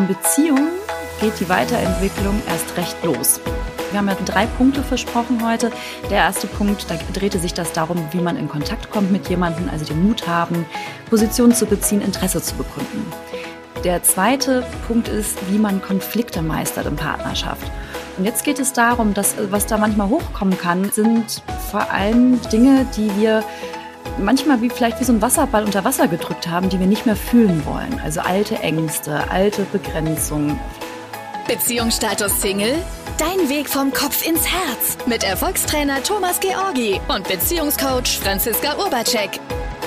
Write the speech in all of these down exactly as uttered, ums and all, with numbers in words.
in Beziehungen geht die Weiterentwicklung erst recht los. Wir haben ja drei Punkte versprochen heute. Der erste Punkt, da drehte sich das darum, wie man in Kontakt kommt mit jemandem, also den Mut haben, Position zu beziehen, Interesse zu bekunden. Der zweite Punkt ist, wie man Konflikte meistert in Partnerschaft. Und jetzt geht es darum, dass was da manchmal hochkommen kann, sind vor allem Dinge, die wir manchmal wie vielleicht wie so ein Wasserball unter Wasser gedrückt haben, die wir nicht mehr fühlen wollen. Also alte Ängste, alte Begrenzungen. Beziehungsstatus Single? Dein Weg vom Kopf ins Herz mit Erfolgstrainer Thomas Georgi und Beziehungscoach Franziska Urbacek.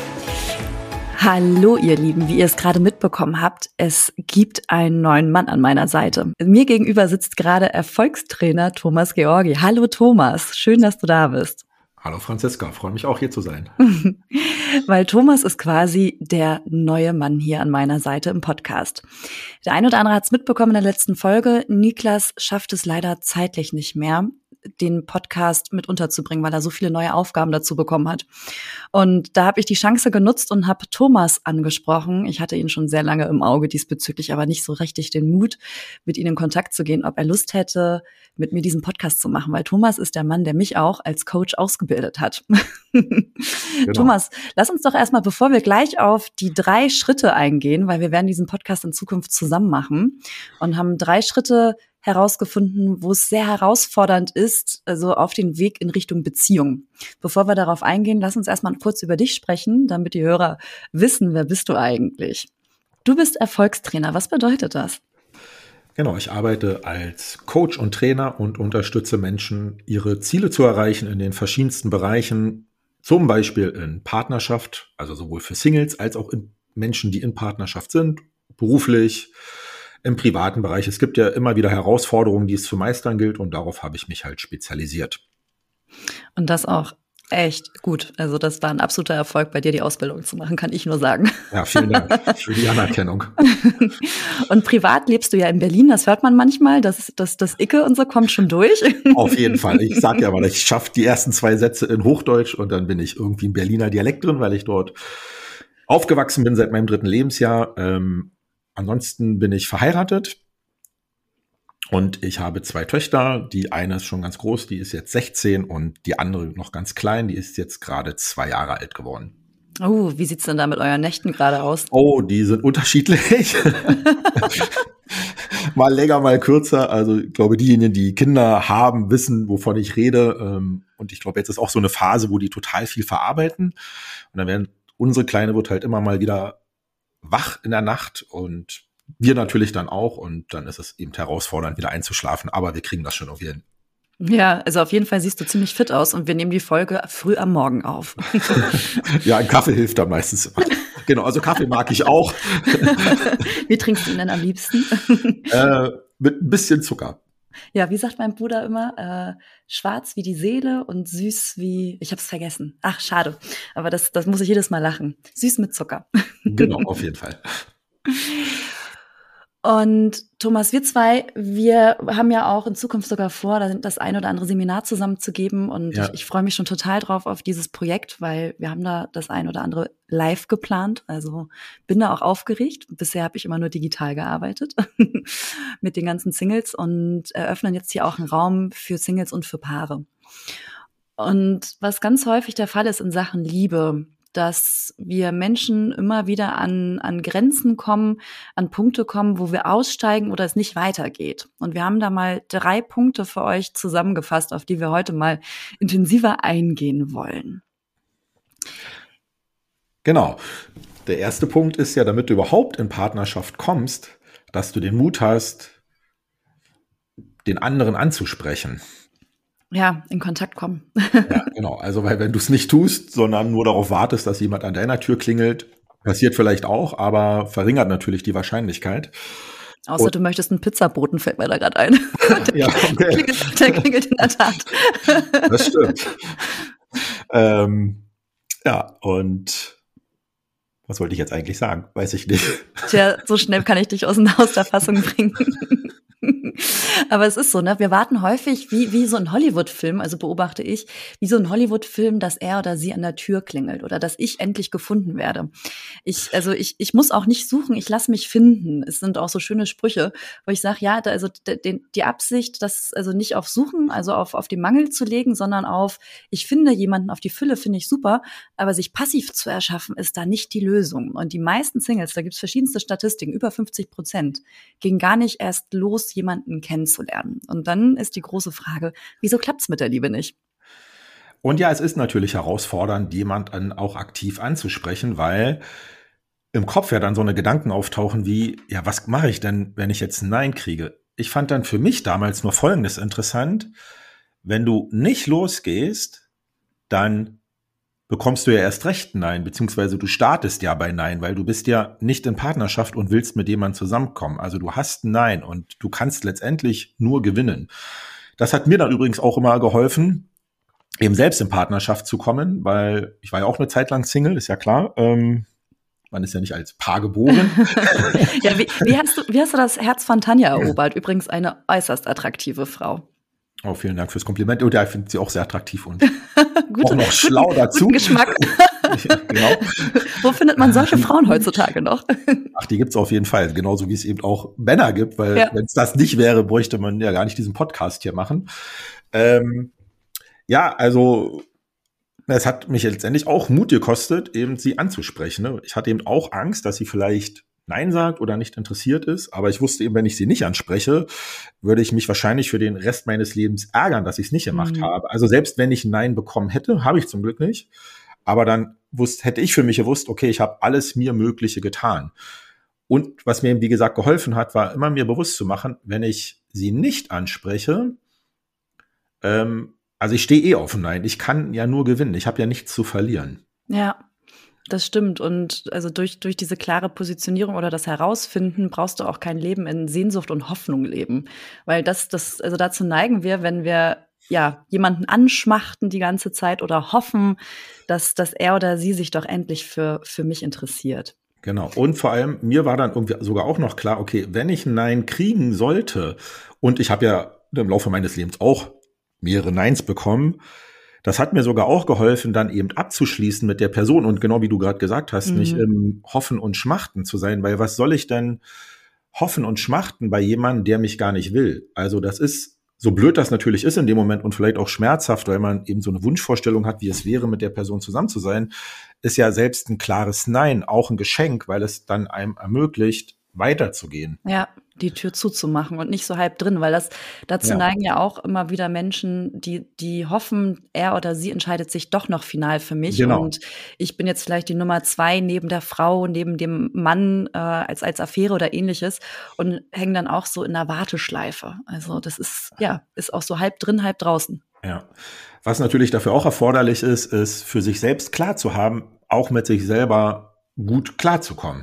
Hallo ihr Lieben, wie ihr es gerade mitbekommen habt, es gibt einen neuen Mann an meiner Seite. Mir gegenüber sitzt gerade Erfolgstrainer Thomas Georgi. Hallo Thomas, schön, dass du da bist. Hallo Franziska, freue mich auch hier zu sein. Weil Thomas ist quasi der neue Mann hier an meiner Seite im Podcast. Der eine oder andere hat es mitbekommen in der letzten Folge. Niklas schafft es leider zeitlich nicht mehr, den Podcast mit unterzubringen, weil er so viele neue Aufgaben dazu bekommen hat. Und da habe ich die Chance genutzt und habe Thomas angesprochen. Ich hatte ihn schon sehr lange im Auge diesbezüglich, aber nicht so richtig den Mut, mit ihm in Kontakt zu gehen, ob er Lust hätte, mit mir diesen Podcast zu machen, weil Thomas ist der Mann, der mich auch als Coach ausgebildet hat. Genau. Thomas, lass uns doch erstmal, bevor wir gleich auf die drei Schritte eingehen, weil wir werden diesen Podcast in Zukunft zusammen machen und haben drei Schritte herausgefunden, wo es sehr herausfordernd ist, also auf den Weg in Richtung Beziehung. Bevor wir darauf eingehen, lass uns erstmal kurz über dich sprechen, damit die Hörer wissen, wer bist du eigentlich? Du bist Erfolgstrainer. Was bedeutet das? Genau, ich arbeite als Coach und Trainer und unterstütze Menschen, ihre Ziele zu erreichen in den verschiedensten Bereichen, zum Beispiel in Partnerschaft, also sowohl für Singles als auch in Menschen, die in Partnerschaft sind, beruflich, im privaten Bereich. Es gibt ja immer wieder Herausforderungen, die es zu meistern gilt, und darauf habe ich mich halt spezialisiert. Und das auch echt gut. Also das war ein absoluter Erfolg, bei dir die Ausbildung zu machen, kann ich nur sagen. Ja, vielen Dank für die Anerkennung. Und privat lebst du ja in Berlin, das hört man manchmal, das, das, das Icke und so kommt schon durch. Auf jeden Fall. Ich sage ja mal, ich schaffe die ersten zwei Sätze in Hochdeutsch und dann bin ich irgendwie im Berliner Dialekt drin, weil ich dort aufgewachsen bin seit meinem dritten Lebensjahr. Ähm, ansonsten bin ich verheiratet. Und ich habe zwei Töchter, die eine ist schon ganz groß, die ist jetzt sechzehn und die andere noch ganz klein, die ist jetzt gerade zwei Jahre alt geworden. Oh, wie sieht's denn da mit euren Nächten gerade aus? Oh, die sind unterschiedlich. Mal länger, mal kürzer. Also ich glaube, diejenigen, die Kinder haben, wissen, wovon ich rede. Und ich glaube, jetzt ist auch so eine Phase, wo die total viel verarbeiten. Und dann werden unsere Kleine wird halt immer mal wieder wach in der Nacht und wir natürlich dann auch, und dann ist es eben herausfordernd, wieder einzuschlafen, aber wir kriegen das schon auf jeden Fall. Ja, also auf jeden Fall siehst du ziemlich fit aus und wir nehmen die Folge früh am Morgen auf. Ja, ein Kaffee hilft da meistens immer. Genau, also Kaffee mag ich auch. Wie trinkst du ihn denn am liebsten? Äh, mit ein bisschen Zucker. Ja, wie sagt mein Bruder immer, äh, schwarz wie die Seele und süß wie, ich hab's vergessen. Ach, schade, aber das, das muss ich jedes Mal lachen. Süß mit Zucker. Genau, auf jeden Fall. Und Thomas, wir zwei, wir haben ja auch in Zukunft sogar vor, das ein oder andere Seminar zusammenzugeben. Und ja. ich, ich freue mich schon total drauf auf dieses Projekt, weil wir haben da das ein oder andere live geplant. Also bin da auch aufgeregt. Bisher habe ich immer nur digital gearbeitet mit den ganzen Singles und eröffnen jetzt hier auch einen Raum für Singles und für Paare. Und was ganz häufig der Fall ist in Sachen Liebe, dass wir Menschen immer wieder an, an Grenzen kommen, an Punkte kommen, wo wir aussteigen oder es nicht weitergeht. Und wir haben da mal drei Punkte für euch zusammengefasst, auf die wir heute mal intensiver eingehen wollen. Genau. Der erste Punkt ist ja, damit du überhaupt in Partnerschaft kommst, dass du den Mut hast, den anderen anzusprechen. Ja, in Kontakt kommen. Ja, genau. Also, weil wenn du es nicht tust, sondern nur darauf wartest, dass jemand an deiner Tür klingelt, passiert vielleicht auch, aber verringert natürlich die Wahrscheinlichkeit. Außer und du möchtest einen Pizzaboten, fällt mir da gerade ein. Der, ja, okay. klingelt, der klingelt in der Tat. Das stimmt. ähm, ja, und was wollte ich jetzt eigentlich sagen? Weiß ich nicht. Tja, so schnell kann ich dich aus, aus der Fassung bringen. Aber es ist so, ne? Wir warten häufig wie wie so ein Hollywood-Film, also beobachte ich, wie so ein Hollywood-Film, dass er oder sie an der Tür klingelt oder dass ich endlich gefunden werde. Ich also ich ich muss auch nicht suchen, ich lasse mich finden. Es sind auch so schöne Sprüche, wo ich sage, ja, da, also d- die Absicht, das also nicht auf Suchen, also auf auf den Mangel zu legen, sondern auf ich finde jemanden, auf die Fülle finde ich super, aber sich passiv zu erschaffen ist da nicht die Lösung. Und die meisten Singles, da gibt's verschiedenste Statistiken, über fünfzig Prozent, gehen gar nicht erst los, jemanden kennenzulernen. Und dann ist die große Frage, wieso klappt's mit der Liebe nicht? Und ja, es ist natürlich herausfordernd, jemanden auch aktiv anzusprechen, weil im Kopf ja dann so eine Gedanken auftauchen wie, ja, was mache ich denn, wenn ich jetzt ein Nein kriege? Ich fand dann für mich damals nur Folgendes interessant: Wenn du nicht losgehst, dann bekommst du ja erst recht Nein, beziehungsweise du startest ja bei Nein, weil du bist ja nicht in Partnerschaft und willst mit jemandem zusammenkommen. Also du hast ein Nein und du kannst letztendlich nur gewinnen. Das hat mir dann übrigens auch immer geholfen, eben selbst in Partnerschaft zu kommen, weil ich war ja auch eine Zeit lang Single, ist ja klar. Ähm, man ist ja nicht als Paar geboren. Ja, wie, wie, hast du, wie hast du das Herz von Tanja erobert? Übrigens eine äußerst attraktive Frau. Oh, vielen Dank fürs Kompliment. Und ja, ich finde sie auch sehr attraktiv und Gute, auch noch schlau guten, dazu. Guten Geschmack. Ja, genau. Wo findet man solche Frauen heutzutage noch? Ach, die gibt's auf jeden Fall. Genauso wie es eben auch Männer gibt, weil Ja. wenn es das nicht wäre, bräuchte man ja gar nicht diesen Podcast hier machen. Ähm, ja, also es hat mich letztendlich auch Mut gekostet, eben sie anzusprechen. Ne? Ich hatte eben auch Angst, dass sie vielleicht Nein sagt oder nicht interessiert ist. Aber ich wusste eben, wenn ich sie nicht anspreche, würde ich mich wahrscheinlich für den Rest meines Lebens ärgern, dass ich es nicht gemacht Mhm. habe. Also selbst wenn ich ein Nein bekommen hätte, habe ich zum Glück nicht. Aber dann wusste, hätte ich für mich gewusst, okay, ich habe alles mir Mögliche getan. Und was mir eben, wie gesagt, geholfen hat, war immer mir bewusst zu machen, wenn ich sie nicht anspreche, ähm, also ich stehe eh auf ein Nein. Ich kann ja nur gewinnen. Ich habe ja nichts zu verlieren. Ja, das stimmt. Und also durch, durch diese klare Positionierung oder das Herausfinden brauchst du auch kein Leben in Sehnsucht und Hoffnung leben. Weil das, das, also dazu neigen wir, wenn wir ja jemanden anschmachten die ganze Zeit oder hoffen, dass, dass er oder sie sich doch endlich für, für mich interessiert. Genau. Und vor allem, mir war dann irgendwie sogar auch noch klar, okay, wenn ich ein Nein kriegen sollte, und ich habe ja im Laufe meines Lebens auch mehrere Neins bekommen, das hat mir sogar auch geholfen, dann eben abzuschließen mit der Person und genau wie du gerade gesagt hast, Mhm. nicht im Hoffen und Schmachten zu sein, weil was soll ich denn hoffen und schmachten bei jemandem, der mich gar nicht will? Also das ist, so blöd das natürlich ist in dem Moment und vielleicht auch schmerzhaft, weil man eben so eine Wunschvorstellung hat, wie es wäre, mit der Person zusammen zu sein, ist ja selbst ein klares Nein auch ein Geschenk, weil es dann einem ermöglicht, weiterzugehen. Ja, die Tür zuzumachen und nicht so halb drin, weil das dazu Ja. neigen ja auch immer wieder Menschen, die die hoffen, er oder sie entscheidet sich doch noch final für mich Genau. und ich bin jetzt vielleicht die Nummer zwei neben der Frau, neben dem Mann äh, als als Affäre oder ähnliches und hängen dann auch so in der Warteschleife. Also das ist ja ist auch so halb drin, halb draußen. Ja. Was natürlich dafür auch erforderlich ist, ist für sich selbst klar zu haben, auch mit sich selber gut klarzukommen.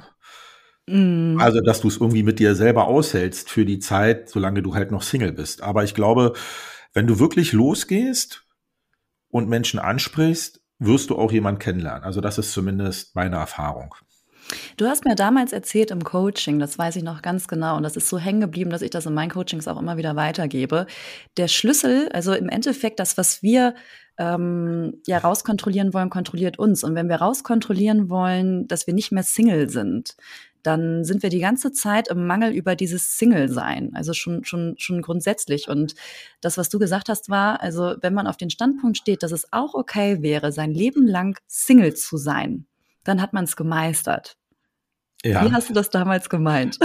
Mm. Also, dass du es irgendwie mit dir selber aushältst für die Zeit, solange du halt noch Single bist. Aber ich glaube, wenn du wirklich losgehst und Menschen ansprichst, wirst du auch jemanden kennenlernen. Also das ist zumindest meine Erfahrung. Du hast mir damals erzählt im Coaching, das weiß ich noch ganz genau, und das ist so hängen geblieben, dass ich das in meinen Coachings auch immer wieder weitergebe. Der Schlüssel, also im Endeffekt das, was wir ähm, ja rauskontrollieren wollen, kontrolliert uns. Und wenn wir rauskontrollieren wollen, dass wir nicht mehr Single sind, dann sind wir die ganze Zeit im Mangel über dieses Single-Sein, also schon, schon, schon grundsätzlich. Und das, was du gesagt hast, war, also wenn man auf den Standpunkt steht, dass es auch okay wäre, sein Leben lang Single zu sein, dann hat man es gemeistert. Ja. Wie hast du das damals gemeint?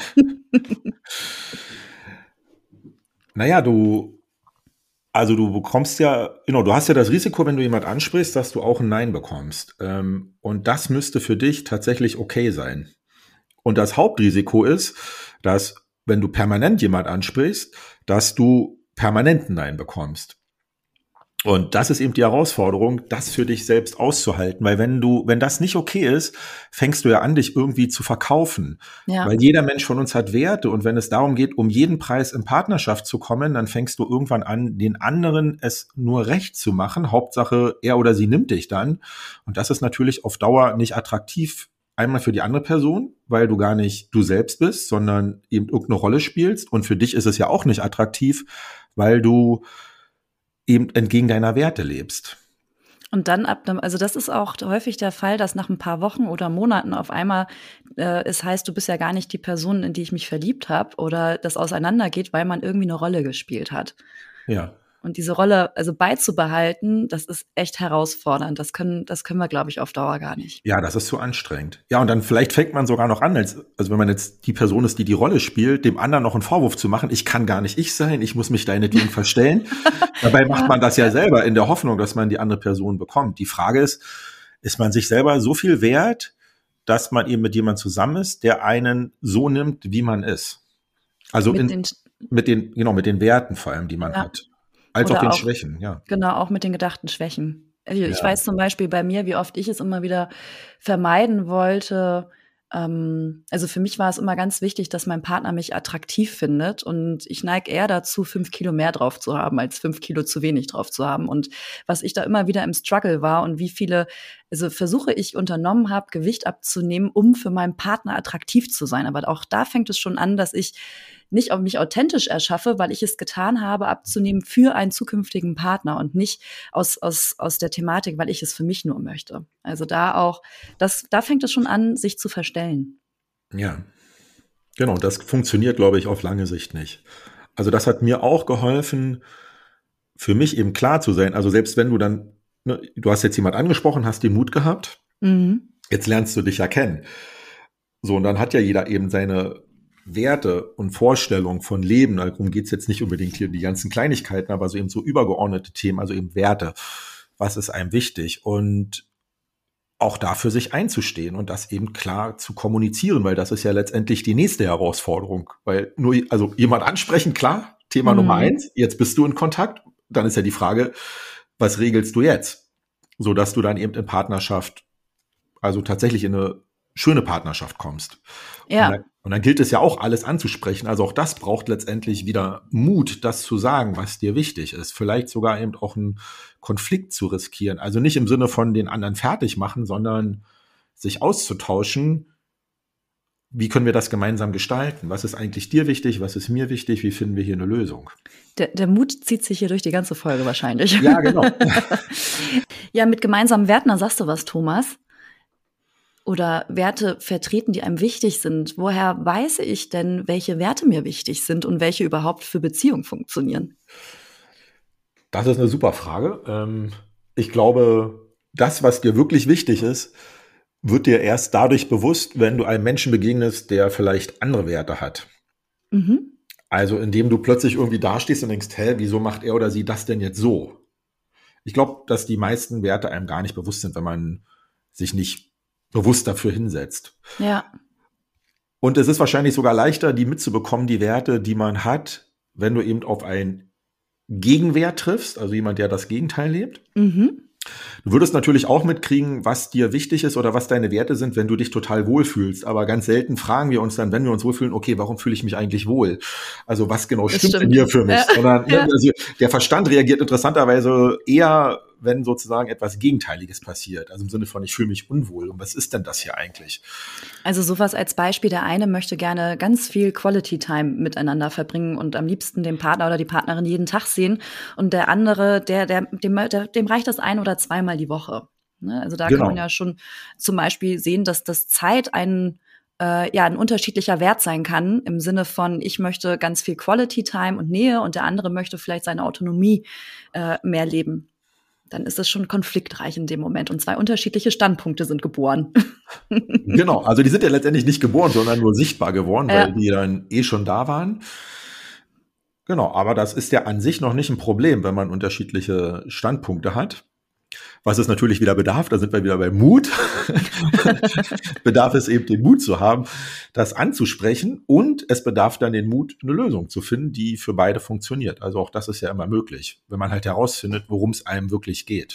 Naja, du, also du bekommst ja, genau, du hast ja das Risiko, wenn du jemand ansprichst, dass du auch ein Nein bekommst. Ähm, und das müsste für dich tatsächlich okay sein. Und das Hauptrisiko ist, dass, wenn du permanent jemand ansprichst, dass du permanent ein Nein bekommst. Und das ist eben die Herausforderung, das für dich selbst auszuhalten. Weil wenn du, wenn das nicht okay ist, fängst du ja an, dich irgendwie zu verkaufen. Ja. Weil jeder Mensch von uns hat Werte. Und wenn es darum geht, um jeden Preis in Partnerschaft zu kommen, dann fängst du irgendwann an, den anderen es nur recht zu machen. Hauptsache, er oder sie nimmt dich dann. Und das ist natürlich auf Dauer nicht attraktiv einmal für die andere Person, weil du gar nicht du selbst bist, sondern eben irgendeine Rolle spielst. Und für dich ist es ja auch nicht attraktiv, weil du eben entgegen deiner Werte lebst. Und dann ab einem, also das ist auch häufig der Fall, dass nach ein paar Wochen oder Monaten auf einmal äh, es heißt, du bist ja gar nicht die Person, in die ich mich verliebt habe, oder das auseinandergeht, weil man irgendwie eine Rolle gespielt hat. Ja. Und diese Rolle also beizubehalten, das ist echt herausfordernd. Das können, das können wir, glaube ich, auf Dauer gar nicht. Ja, das ist zu anstrengend. Ja, und dann vielleicht fängt man sogar noch an, als, also wenn man jetzt die Person ist, die die Rolle spielt, dem anderen noch einen Vorwurf zu machen, ich kann gar nicht ich sein, ich muss mich deinetwegen verstellen. Dabei macht man das ja selber in der Hoffnung, dass man die andere Person bekommt. Die Frage ist, ist man sich selber so viel wert, dass man eben mit jemandem zusammen ist, der einen so nimmt, wie man ist? Also Mit in, den- mit den, genau, mit den Werten vor allem, die man Ja. hat. Als Oder auch den auch- Schwächen, ja. Genau, auch mit den gedachten Schwächen. Also ich Ja. weiß zum Beispiel bei mir, wie oft ich es immer wieder vermeiden wollte. Ähm, also für mich war es immer ganz wichtig, dass mein Partner mich attraktiv findet. Und ich neige eher dazu, fünf Kilo mehr drauf zu haben, als fünf Kilo zu wenig drauf zu haben. Und was ich da immer wieder im Struggle war und wie viele also Versuche ich unternommen habe, Gewicht abzunehmen, um für meinen Partner attraktiv zu sein. Aber auch da fängt es schon an, dass ich nicht auf mich authentisch erschaffe, weil ich es getan habe, abzunehmen für einen zukünftigen Partner und nicht aus, aus, aus der Thematik, weil ich es für mich nur möchte. Also da auch, das, da fängt es schon an, sich zu verstellen. Ja, genau, das funktioniert, glaube ich, auf lange Sicht nicht. Also das hat mir auch geholfen, für mich eben klar zu sein. Also selbst wenn du dann, ne, du hast jetzt jemand angesprochen, hast den Mut gehabt, Mhm. jetzt lernst du dich ja kennen. So, und dann hat ja jeder eben seine Werte und Vorstellungen von Leben. Darum geht es jetzt nicht unbedingt hier um die ganzen Kleinigkeiten, aber so eben so übergeordnete Themen, also eben Werte. Was ist einem wichtig? Und auch dafür sich einzustehen und das eben klar zu kommunizieren, weil das ist ja letztendlich die nächste Herausforderung. Weil nur, also jemand ansprechen, klar, Thema Mhm. Nummer eins, jetzt bist du in Kontakt, dann ist ja die Frage, was regelst du jetzt? So dass du dann eben in Partnerschaft, also tatsächlich in eine schöne Partnerschaft kommst. Ja. Und dann, und dann gilt es ja auch, alles anzusprechen. Also auch das braucht letztendlich wieder Mut, das zu sagen, was dir wichtig ist. Vielleicht sogar eben auch einen Konflikt zu riskieren. Also nicht im Sinne von den anderen fertig machen, sondern sich auszutauschen. Wie können wir das gemeinsam gestalten? Was ist eigentlich dir wichtig? Was ist mir wichtig? Wie finden wir hier eine Lösung? Der, der Mut zieht sich hier durch die ganze Folge wahrscheinlich. Ja, genau. Ja, mit gemeinsamen Werten, da sagst du was, Thomas. Oder Werte vertreten, die einem wichtig sind. Woher weiß ich denn, welche Werte mir wichtig sind und welche überhaupt für Beziehungen funktionieren? Das ist eine super Frage. Ähm, ich glaube, das, was dir wirklich wichtig ist, wird dir erst dadurch bewusst, wenn du einem Menschen begegnest, der vielleicht andere Werte hat. Mhm. Also indem du plötzlich irgendwie dastehst und denkst, hä, wieso macht er oder sie das denn jetzt so? Ich glaube, dass die meisten Werte einem gar nicht bewusst sind, wenn man sich nicht bewusst dafür hinsetzt. Ja. Und es ist wahrscheinlich sogar leichter, die mitzubekommen, die Werte, die man hat, wenn du eben auf einen Gegenwert triffst, also jemand, der das Gegenteil lebt. Mhm. Du würdest natürlich auch mitkriegen, was dir wichtig ist oder was deine Werte sind, wenn du dich total wohlfühlst. Aber ganz selten fragen wir uns dann, wenn wir uns wohlfühlen, okay, warum fühle ich mich eigentlich wohl? Also was genau Das stimmt denn stimmt. hier für mich? Ja. Sondern ne, Ja. also der Verstand reagiert interessanterweise eher, wenn sozusagen etwas Gegenteiliges passiert. Also im Sinne von, ich fühle mich unwohl. Und was ist denn das hier eigentlich? Also sowas als Beispiel, der eine möchte gerne ganz viel Quality Time miteinander verbringen und am liebsten den Partner oder die Partnerin jeden Tag sehen. Und der andere, der, der, dem, der, dem reicht das ein- oder zweimal die Woche. Ne? Also da Genau. kann man ja schon zum Beispiel sehen, dass das Zeit ein, äh, ja, ein unterschiedlicher Wert sein kann, im Sinne von, ich möchte ganz viel Quality Time und Nähe und der andere möchte vielleicht seine Autonomie äh, mehr leben. Dann ist es schon konfliktreich in dem Moment und zwei unterschiedliche Standpunkte sind geboren. Genau, also die sind ja letztendlich nicht geboren, sondern nur sichtbar geworden, weil Ja. die dann eh schon da waren. Genau, aber das ist ja an sich noch nicht ein Problem, wenn man unterschiedliche Standpunkte hat. Was es natürlich wieder bedarf, da sind wir wieder bei Mut, bedarf es eben den Mut zu haben, das anzusprechen, und es bedarf dann den Mut, eine Lösung zu finden, die für beide funktioniert. Also auch das ist ja immer möglich, wenn man halt herausfindet, worum es einem wirklich geht.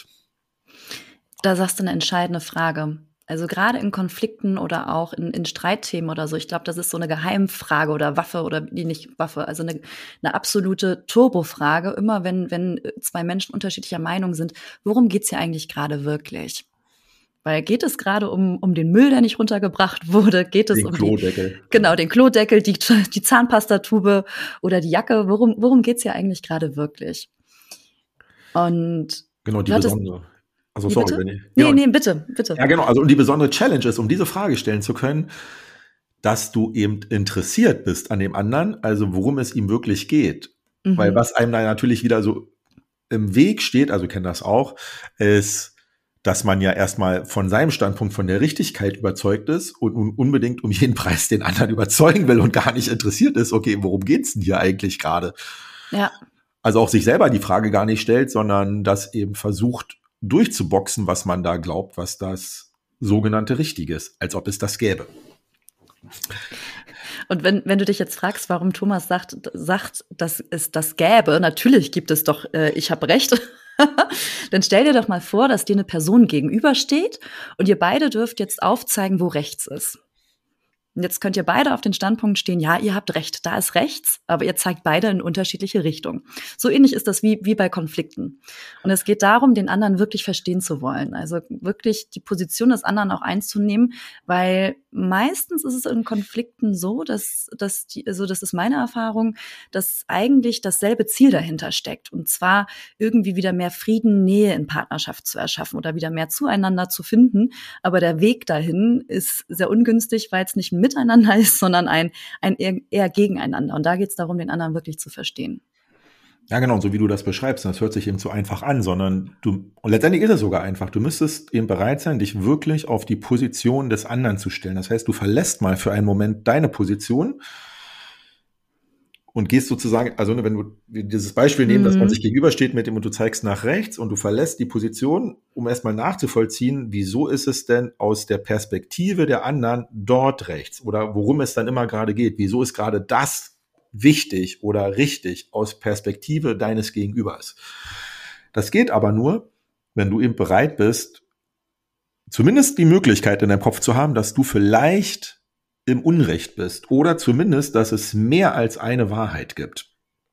Da sagst du eine entscheidende Frage. Also gerade in Konflikten oder auch in, in Streitthemen oder so, ich glaube, das ist so eine Geheimfrage oder Waffe oder die nicht Waffe, also eine, eine absolute Turbofrage, immer wenn, wenn zwei Menschen unterschiedlicher Meinung sind, worum geht's hier eigentlich gerade wirklich? Weil geht es gerade um, um den Müll, der nicht runtergebracht wurde? Geht es den um Klodeckel. Die, genau, den Klodeckel, die, die Zahnpastatube oder die Jacke? Worum, worum geht's hier eigentlich gerade wirklich? Und genau, die hattest, besondere. Also sorry, bitte? wenn ich. Nee, Genau. nee, bitte, bitte. Ja, genau. Also und die besondere Challenge ist, um diese Frage stellen zu können, dass du eben interessiert bist an dem anderen, also worum es ihm wirklich geht. Mhm. Weil was einem da natürlich wieder so im Weg steht, also kennt das auch, ist, dass man ja erstmal von seinem Standpunkt von der Richtigkeit überzeugt ist und unbedingt um jeden Preis den anderen überzeugen will und gar nicht interessiert ist, okay, worum geht's denn hier eigentlich gerade? Ja. Also auch sich selber die Frage gar nicht stellt, sondern das eben versucht durchzuboxen, was man da glaubt, was das sogenannte Richtige ist, als ob es das gäbe. Und wenn, wenn du dich jetzt fragst, warum Thomas sagt, sagt, dass es das gäbe, natürlich gibt es doch, äh, ich habe recht, dann stell dir doch mal vor, dass dir eine Person gegenübersteht und ihr beide dürft jetzt aufzeigen, wo rechts ist. Und jetzt könnt ihr beide auf den Standpunkt stehen, ja, ihr habt recht, da ist rechts, aber ihr zeigt beide in unterschiedliche Richtungen. So ähnlich ist das wie, wie bei Konflikten. Und es geht darum, den anderen wirklich verstehen zu wollen. Also wirklich die Position des anderen auch einzunehmen, weil meistens ist es in Konflikten so, dass, dass die, also das ist meine Erfahrung, dass eigentlich dasselbe Ziel dahinter steckt. Und zwar irgendwie wieder mehr Frieden, Nähe in Partnerschaft zu erschaffen oder wieder mehr zueinander zu finden. Aber der Weg dahin ist sehr ungünstig, weil es nicht ein Miteinander ist, sondern ein, ein eher, eher gegeneinander. Und da geht es darum, den anderen wirklich zu verstehen. Ja, genau, so wie du das beschreibst, das hört sich eben so einfach an, sondern du, und letztendlich ist es sogar einfach, du müsstest eben bereit sein, dich wirklich auf die Position des anderen zu stellen. Das heißt, du verlässt mal für einen Moment deine Position und gehst sozusagen, also wenn du dieses Beispiel nehmen, mhm. dass man sich gegenübersteht mit dem und du zeigst nach rechts und du verlässt die Position, um erstmal nachzuvollziehen, wieso ist es denn aus der Perspektive der anderen dort rechts oder worum es dann immer gerade geht, wieso ist gerade das wichtig oder richtig aus Perspektive deines Gegenübers. Das geht aber nur, wenn du eben bereit bist, zumindest die Möglichkeit in deinem Kopf zu haben, dass du vielleicht im Unrecht bist oder zumindest, dass es mehr als eine Wahrheit gibt.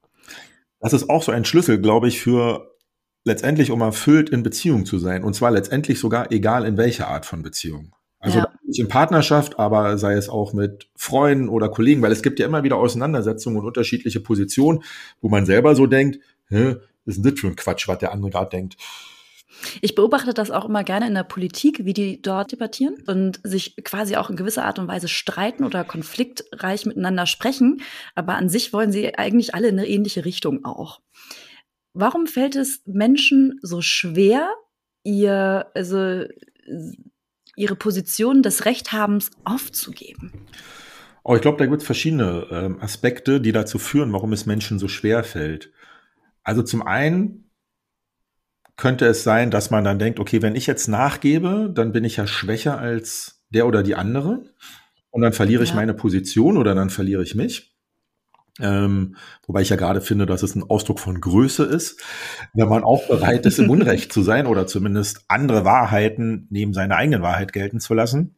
Das ist auch so ein Schlüssel, glaube ich, für letztendlich, um erfüllt in Beziehung zu sein. Und zwar letztendlich sogar egal in welcher Art von Beziehung. Also ja. Nicht in Partnerschaft, aber sei es auch mit Freunden oder Kollegen, weil es gibt ja immer wieder Auseinandersetzungen und unterschiedliche Positionen, wo man selber so denkt, hä, was ist denn das für ein Quatsch, was der andere gerade denkt. Ich beobachte das auch immer gerne in der Politik, wie die dort debattieren und sich quasi auch in gewisser Art und Weise streiten oder konfliktreich miteinander sprechen. Aber an sich wollen sie eigentlich alle in eine ähnliche Richtung auch. Warum fällt es Menschen so schwer, ihr, also, ihre Position des Rechthabens aufzugeben? Oh, ich glaube, da gibt es verschiedene ähm, Aspekte, die dazu führen, warum es Menschen so schwer fällt. Also zum einen könnte es sein, dass man dann denkt, okay, wenn ich jetzt nachgebe, dann bin ich ja schwächer als der oder die andere und dann verliere ja. ich meine Position oder dann verliere ich mich. Ähm, wobei ich ja gerade finde, dass es ein Ausdruck von Größe ist, wenn man auch bereit ist, im Unrecht zu sein oder zumindest andere Wahrheiten neben seiner eigenen Wahrheit gelten zu lassen.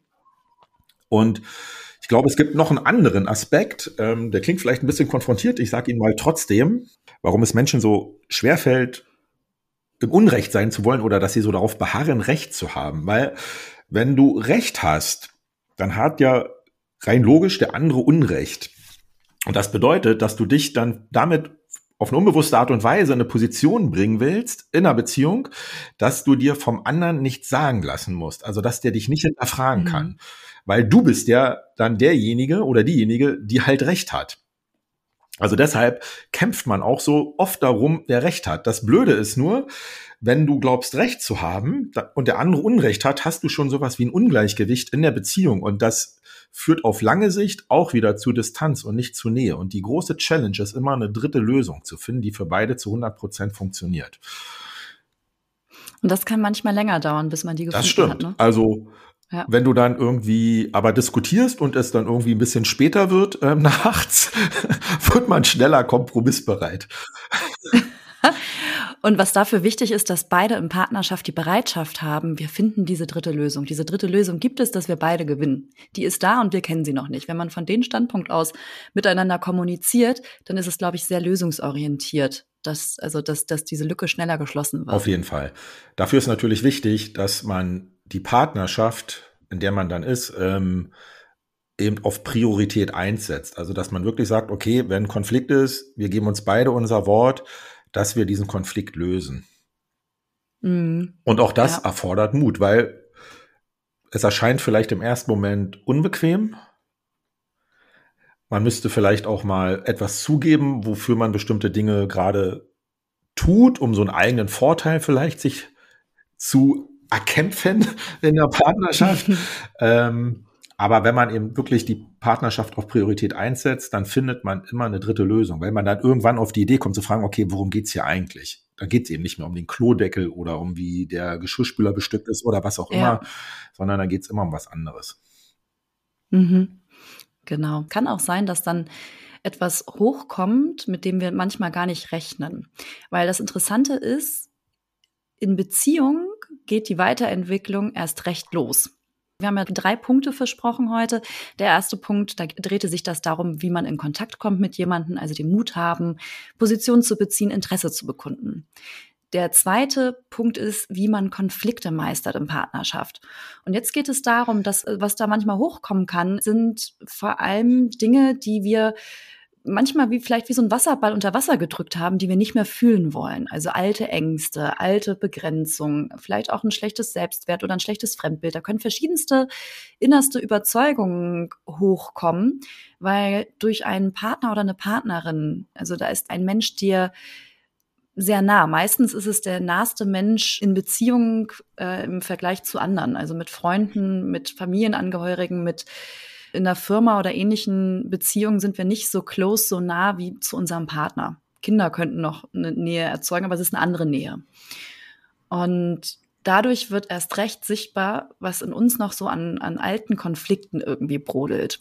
Und ich glaube, es gibt noch einen anderen Aspekt, ähm, der klingt vielleicht ein bisschen konfrontiert, ich sage Ihnen mal trotzdem, warum es Menschen so schwerfällt, im Unrecht sein zu wollen oder dass sie so darauf beharren, Recht zu haben. Weil wenn du Recht hast, dann hat ja rein logisch der andere Unrecht. Und das bedeutet, dass du dich dann damit auf eine unbewusste Art und Weise in eine Position bringen willst in einer Beziehung, dass du dir vom anderen nichts sagen lassen musst. Also dass der dich nicht hinterfragen mhm. kann. Weil du bist ja dann derjenige oder diejenige, die halt Recht hat. Also deshalb kämpft man auch so oft darum, wer Recht hat. Das Blöde ist nur, wenn du glaubst, Recht zu haben und der andere Unrecht hat, hast du schon sowas wie ein Ungleichgewicht in der Beziehung. Und das führt auf lange Sicht auch wieder zu Distanz und nicht zu Nähe. Und die große Challenge ist immer, eine dritte Lösung zu finden, die für beide zu hundert Prozent funktioniert. Und das kann manchmal länger dauern, bis man die gefunden das stimmt. hat. Ne? Also ja. Wenn du dann irgendwie aber diskutierst und es dann irgendwie ein bisschen später wird, ähm, nachts, wird man schneller kompromissbereit. Und was dafür wichtig ist, dass beide in Partnerschaft die Bereitschaft haben, wir finden diese dritte Lösung. Diese dritte Lösung gibt es, dass wir beide gewinnen. Die ist da und wir kennen sie noch nicht. Wenn man von dem Standpunkt aus miteinander kommuniziert, dann ist es, glaube ich, sehr lösungsorientiert. Dass, also, dass, dass diese Lücke schneller geschlossen wird. Auf jeden Fall. Dafür ist natürlich wichtig, dass man die Partnerschaft, in der man dann ist, ähm, eben auf Priorität eins setzt. Also dass man wirklich sagt, okay, wenn ein Konflikt ist, wir geben uns beide unser Wort, dass wir diesen Konflikt lösen. Mhm. Und auch das Ja. erfordert Mut, weil es erscheint vielleicht im ersten Moment unbequem. Man müsste vielleicht auch mal etwas zugeben, wofür man bestimmte Dinge gerade tut, um so einen eigenen Vorteil vielleicht sich zu erkämpfen in der Partnerschaft. ähm, aber wenn man eben wirklich die Partnerschaft auf Priorität einsetzt, dann findet man immer eine dritte Lösung, weil man dann irgendwann auf die Idee kommt zu fragen, okay, worum geht's hier eigentlich? Da geht's eben nicht mehr um den Klodeckel oder um wie der Geschirrspüler bestückt ist oder was auch Ja. immer, sondern da geht's immer um was anderes. Mhm. Genau. Kann auch sein, dass dann etwas hochkommt, mit dem wir manchmal gar nicht rechnen. Weil das Interessante ist, in Beziehung geht die Weiterentwicklung erst recht los. Wir haben ja drei Punkte versprochen heute. Der erste Punkt, da drehte sich das darum, wie man in Kontakt kommt mit jemandem, also den Mut haben, Position zu beziehen, Interesse zu bekunden. Der zweite Punkt ist, wie man Konflikte meistert in Partnerschaft. Und jetzt geht es darum, dass, was da manchmal hochkommen kann, sind vor allem Dinge, die wir manchmal wie vielleicht wie so ein Wasserball unter Wasser gedrückt haben, die wir nicht mehr fühlen wollen. Also alte Ängste, alte Begrenzungen, vielleicht auch ein schlechtes Selbstwert oder ein schlechtes Fremdbild. Da können verschiedenste innerste Überzeugungen hochkommen, weil durch einen Partner oder eine Partnerin, also da ist ein Mensch dir sehr nah. Meistens ist es der naheste Mensch in Beziehung äh, im Vergleich zu anderen, also mit Freunden, mit Familienangehörigen, mit in der Firma oder ähnlichen Beziehungen sind wir nicht so close, so nah wie zu unserem Partner. Kinder könnten noch eine Nähe erzeugen, aber es ist eine andere Nähe. Und dadurch wird erst recht sichtbar, was in uns noch so an, an alten Konflikten irgendwie brodelt.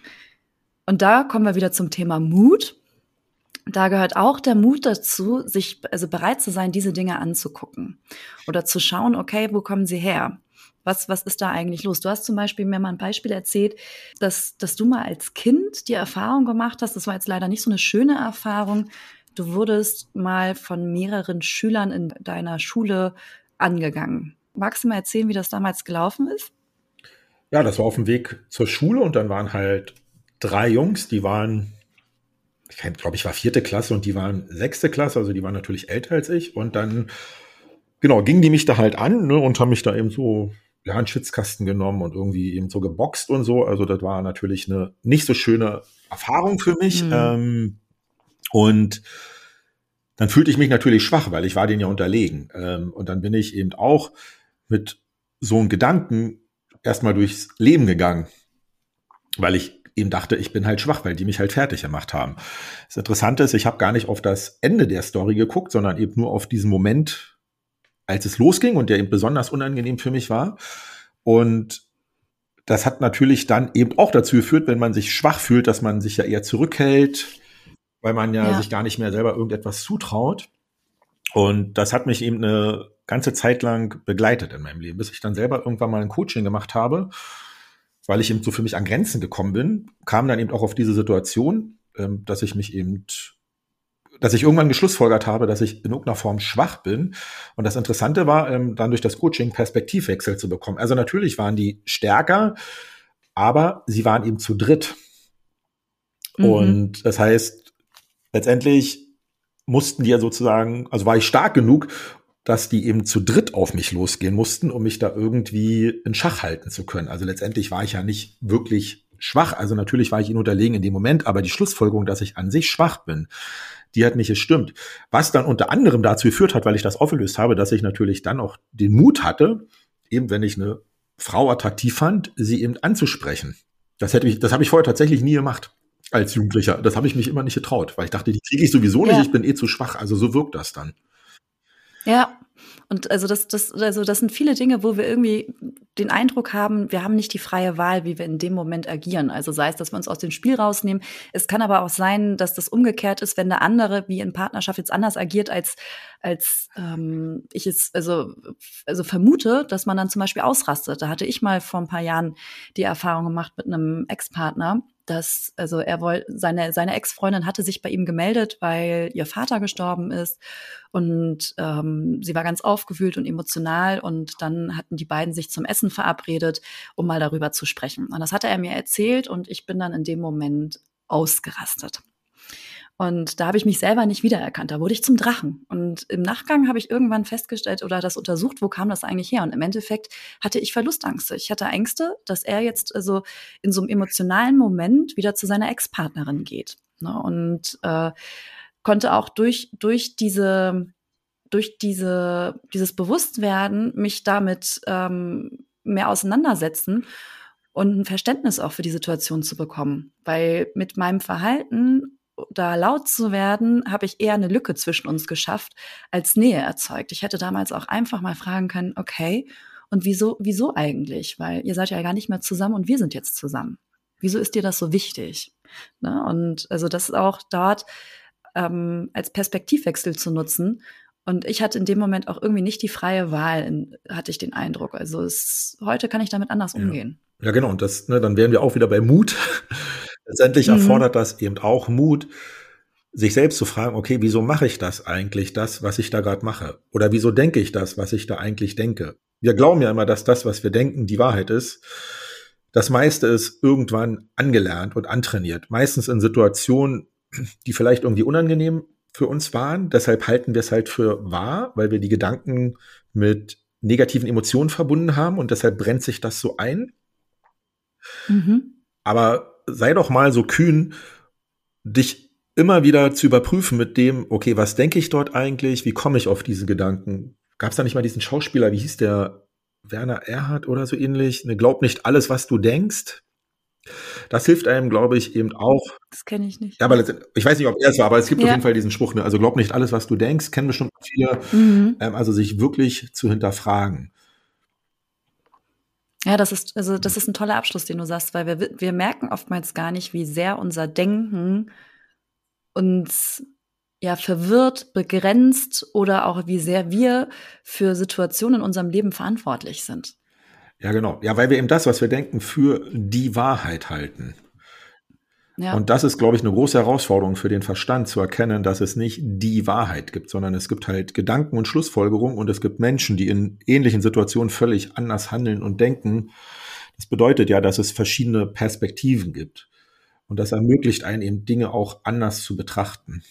Und da kommen wir wieder zum Thema Mut. Da gehört auch der Mut dazu, sich also bereit zu sein, diese Dinge anzugucken oder zu schauen, okay, wo kommen sie her? Was, was ist da eigentlich los? Du hast zum Beispiel mir mal ein Beispiel erzählt, dass, dass du mal als Kind die Erfahrung gemacht hast, das war jetzt leider nicht so eine schöne Erfahrung, du wurdest mal von mehreren Schülern in deiner Schule angegangen. Magst du mal erzählen, wie das damals gelaufen ist? Ja, das war auf dem Weg zur Schule und dann waren halt drei Jungs, die waren, ich glaube, ich war vierte Klasse und die waren sechste Klasse, also die waren natürlich älter als ich und dann, genau, gingen die mich da halt an, ne, und haben mich da eben so, ja, einen Schwitzkasten genommen und irgendwie eben so geboxt und so. Also das war natürlich eine nicht so schöne Erfahrung für mich. Mhm. Ähm, und dann fühlte ich mich natürlich schwach, weil ich war denen ja unterlegen. Ähm, und dann bin ich eben auch mit so einem Gedanken erstmal durchs Leben gegangen, weil ich eben dachte, ich bin halt schwach, weil die mich halt fertig gemacht haben. Das Interessante ist, ich habe gar nicht auf das Ende der Story geguckt, sondern eben nur auf diesen Moment, als es losging und der eben besonders unangenehm für mich war. Und das hat natürlich dann eben auch dazu geführt, wenn man sich schwach fühlt, dass man sich ja eher zurückhält, weil man ja, ja sich gar nicht mehr selber irgendetwas zutraut. Und das hat mich eben eine ganze Zeit lang begleitet in meinem Leben, bis ich dann selber irgendwann mal ein Coaching gemacht habe, weil ich eben so für mich an Grenzen gekommen bin, kam dann eben auch auf diese Situation, dass ich mich eben dass ich irgendwann geschlussfolgert habe, dass ich in irgendeiner Form schwach bin. Und das Interessante war, ähm, dann durch das Coaching Perspektivwechsel zu bekommen. Also natürlich waren die stärker, aber sie waren eben zu dritt. Mhm. Und das heißt, letztendlich mussten die ja sozusagen, also war ich stark genug, dass die eben zu dritt auf mich losgehen mussten, um mich da irgendwie in Schach halten zu können. Also letztendlich war ich ja nicht wirklich schwach. Also natürlich war ich ihnen unterlegen in dem Moment, aber die Schlussfolgerung, dass ich an sich schwach bin, die hat nicht gestimmt. Was dann unter anderem dazu geführt hat, weil ich das aufgelöst habe, dass ich natürlich dann auch den Mut hatte, eben wenn ich eine Frau attraktiv fand, sie eben anzusprechen. Das hätte ich, das habe ich vorher tatsächlich nie gemacht als Jugendlicher. Das habe ich mich immer nicht getraut, weil ich dachte, die kriege ich sowieso nicht, ja. Ich bin eh zu schwach. Also so wirkt das dann. Ja. Und also das, das, also das sind viele Dinge, wo wir irgendwie den Eindruck haben, wir haben nicht die freie Wahl, wie wir in dem Moment agieren. Also sei es, dass wir uns aus dem Spiel rausnehmen. Es kann aber auch sein, dass das umgekehrt ist, wenn der andere wie in Partnerschaft jetzt anders agiert, als als ähm, ich es also also vermute, dass man dann zum Beispiel ausrastet. Da hatte ich mal vor ein paar Jahren die Erfahrung gemacht mit einem Ex-Partner. dass, also er wollte, seine, seine Ex-Freundin hatte sich bei ihm gemeldet, weil ihr Vater gestorben ist und ähm, sie war ganz aufgewühlt und emotional und dann hatten die beiden sich zum Essen verabredet, um mal darüber zu sprechen. Und das hatte er mir erzählt und ich bin dann in dem Moment ausgerastet. Und da habe ich mich selber nicht wiedererkannt. Da wurde ich zum Drachen. Und im Nachgang habe ich irgendwann festgestellt oder das untersucht, wo kam das eigentlich her? Und im Endeffekt hatte ich Verlustängste. Ich hatte Ängste, dass er jetzt also in so einem emotionalen Moment wieder zu seiner Ex-Partnerin geht. Ne? Und äh, konnte auch durch durch diese durch diese dieses Bewusstwerden mich damit ähm, mehr auseinandersetzen und ein Verständnis auch für die Situation zu bekommen. Weil mit meinem Verhalten da laut zu werden, habe ich eher eine Lücke zwischen uns geschafft, als Nähe erzeugt. Ich hätte damals auch einfach mal fragen können, okay, und wieso, wieso eigentlich? Weil ihr seid ja gar nicht mehr zusammen und wir sind jetzt zusammen. Wieso ist dir das so wichtig? Ne? Und also das ist auch dort ähm, als Perspektivwechsel zu nutzen. Und ich hatte in dem Moment auch irgendwie nicht die freie Wahl, in, hatte ich den Eindruck. Also es, heute kann ich damit anders umgehen. Ja, ja genau. Und das, ne, dann wären wir auch wieder bei Mut. Letztendlich mhm. erfordert das eben auch Mut, sich selbst zu fragen, okay, wieso mache ich das eigentlich, das, was ich da gerade mache? Oder wieso denke ich das, was ich da eigentlich denke? Wir glauben ja immer, dass das, was wir denken, die Wahrheit ist. Das meiste ist irgendwann angelernt und antrainiert. Meistens in Situationen, die vielleicht irgendwie unangenehm für uns waren. Deshalb halten wir es halt für wahr, weil wir die Gedanken mit negativen Emotionen verbunden haben und deshalb brennt sich das so ein. Mhm. Aber sei doch mal so kühn, dich immer wieder zu überprüfen mit dem, okay, was denke ich dort eigentlich? Wie komme ich auf diese Gedanken? Gab es da nicht mal diesen Schauspieler, wie hieß der? Werner Erhard oder so ähnlich? Ne, glaub nicht alles, was du denkst. Das hilft einem, glaube ich, eben auch. Das kenne ich nicht. Ja, aber ich weiß nicht, ob er es war, aber es gibt ja auf jeden Fall diesen Spruch, ne? Also glaub nicht alles, was du denkst, kennen bestimmt viele. Mhm. Ähm, also sich wirklich zu hinterfragen. Ja, das ist, also, das ist ein toller Abschluss, den du sagst, weil wir, wir merken oftmals gar nicht, wie sehr unser Denken uns ja verwirrt, begrenzt oder auch wie sehr wir für Situationen in unserem Leben verantwortlich sind. Ja, genau. Ja, weil wir eben das, was wir denken, für die Wahrheit halten. Ja. Und das ist, glaube ich, eine große Herausforderung für den Verstand, zu erkennen, dass es nicht die Wahrheit gibt, sondern es gibt halt Gedanken und Schlussfolgerungen und es gibt Menschen, die in ähnlichen Situationen völlig anders handeln und denken. Das bedeutet ja, dass es verschiedene Perspektiven gibt. Und das ermöglicht einen eben Dinge auch anders zu betrachten.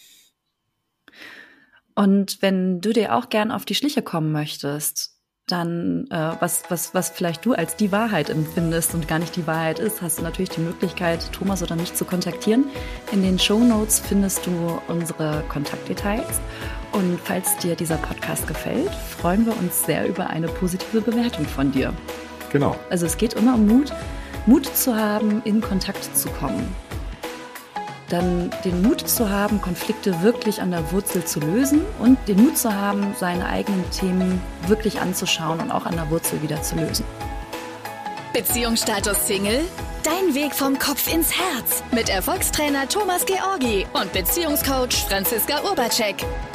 Und wenn du dir auch gern auf die Schliche kommen möchtest, dann, äh, was, was, was vielleicht du als die Wahrheit empfindest und gar nicht die Wahrheit ist, hast du natürlich die Möglichkeit, Thomas oder mich zu kontaktieren. In den Shownotes findest du unsere Kontaktdetails. Und falls dir dieser Podcast gefällt, freuen wir uns sehr über eine positive Bewertung von dir. Genau. Also es geht immer um Mut, Mut zu haben, in Kontakt zu kommen. Dann den Mut zu haben, Konflikte wirklich an der Wurzel zu lösen und den Mut zu haben, seine eigenen Themen wirklich anzuschauen und auch an der Wurzel wieder zu lösen. Beziehungsstatus Single? Dein Weg vom Kopf ins Herz mit Erfolgstrainer Thomas Georgi und Beziehungscoach Franziska Urbacek.